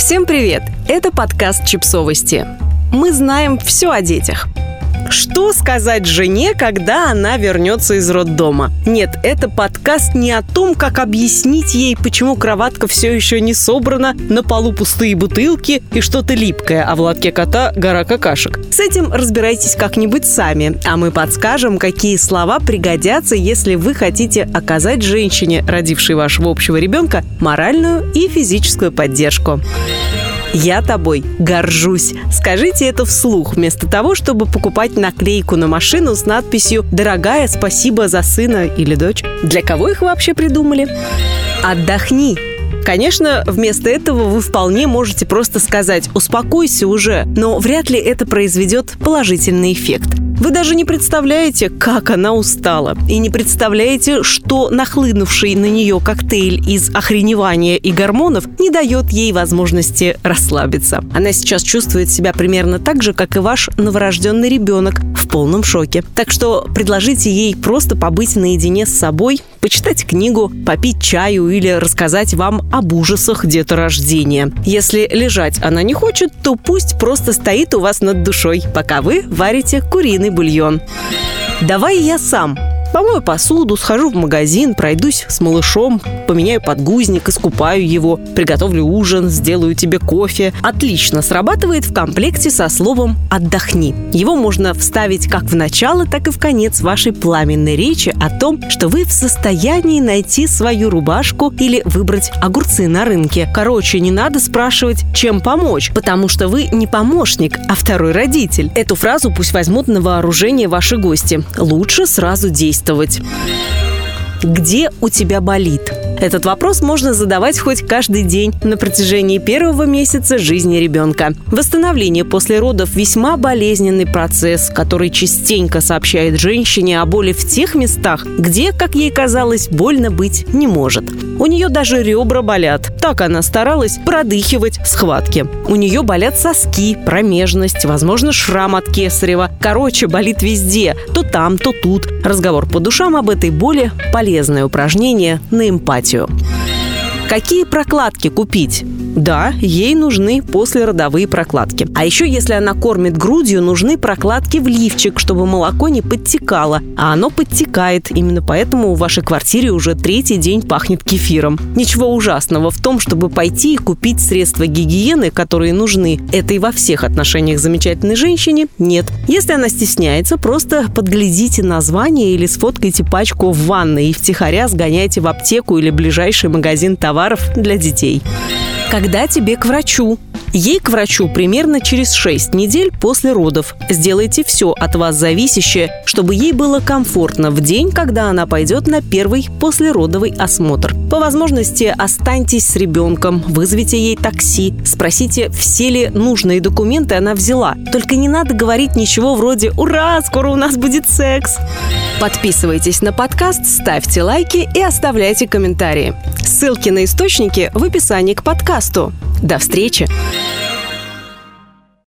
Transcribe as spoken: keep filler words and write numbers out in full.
Всем привет! Это подкаст «Чипсовости». Мы знаем все о детях. Что сказать жене, когда она вернется из роддома? Нет, это подкаст не о том, как объяснить ей, почему кроватка все еще не собрана, на полу пустые бутылки и что-то липкое, а в лотке кота гора какашек. С этим разбирайтесь как-нибудь сами, а мы подскажем, какие слова пригодятся, если вы хотите оказать женщине, родившей вашего общего ребенка, моральную и физическую поддержку. «Я тобой горжусь». Скажите это вслух, вместо того, чтобы покупать наклейку на машину с надписью «Дорогая, спасибо за сына или дочь». Для кого их вообще придумали? Отдохни. Конечно, вместо этого вы вполне можете просто сказать «успокойся уже», но вряд ли это произведет положительный эффект. Вы даже не представляете, как она устала, и не представляете, что нахлынувший на нее коктейль из охреневания и гормонов не дает ей возможности расслабиться. Она сейчас чувствует себя примерно так же, как и ваш новорожденный ребенок, в полном шоке. Так что предложите ей просто побыть наедине с собой, почитать книгу, попить чаю или рассказать вам об ужасах деторождения. Если лежать она не хочет, то пусть просто стоит у вас над душой, пока вы варите куриный бульон. «Давай я сам». Помою посуду, схожу в магазин, пройдусь с малышом, поменяю подгузник, искупаю его, приготовлю ужин, сделаю тебе кофе. Отлично срабатывает в комплекте со словом «отдохни». Его можно вставить как в начало, так и в конец вашей пламенной речи о том, что вы в состоянии найти свою рубашку или выбрать огурцы на рынке. Короче, не надо спрашивать, чем помочь, потому что вы не помощник, а второй родитель. Эту фразу пусть возьмут на вооружение ваши гости. Лучше сразу действовать. Где у тебя болит? Этот вопрос можно задавать хоть каждый день на протяжении первого месяца жизни ребенка. Восстановление после родов – весьма болезненный процесс, который частенько сообщает женщине о боли в тех местах, где, как ей казалось, больно быть не может. У нее даже ребра болят. Так она старалась продыхивать схватки. У нее болят соски, промежность, возможно, шрам от кесарева. Короче, болит везде. То там, то тут. Разговор по душам об этой боли – полезное упражнение на эмпатию. Какие прокладки купить? Да, ей нужны послеродовые прокладки. А еще, если она кормит грудью, нужны прокладки в лифчик, чтобы молоко не подтекало. А оно подтекает. Именно поэтому в вашей квартире уже третий день пахнет кефиром. Ничего ужасного в том, чтобы пойти и купить средства гигиены, которые нужны этой во всех отношениях замечательной женщине, нет. Если она стесняется, просто подглядите название или сфоткайте пачку в ванной и втихаря сгоняйте в аптеку или ближайший магазин товаров для детей. Когда тебе к врачу? Ей к врачу примерно через шесть недель после родов. Сделайте все от вас зависящее, чтобы ей было комфортно в день, когда она пойдет на первый послеродовый осмотр. По возможности останьтесь с ребенком, вызовите ей такси, спросите, все ли нужные документы она взяла. Только не надо говорить ничего вроде «Ура, скоро у нас будет секс!». Подписывайтесь на подкаст, ставьте лайки и оставляйте комментарии. Ссылки на источники в описании к подкасту. До встречи!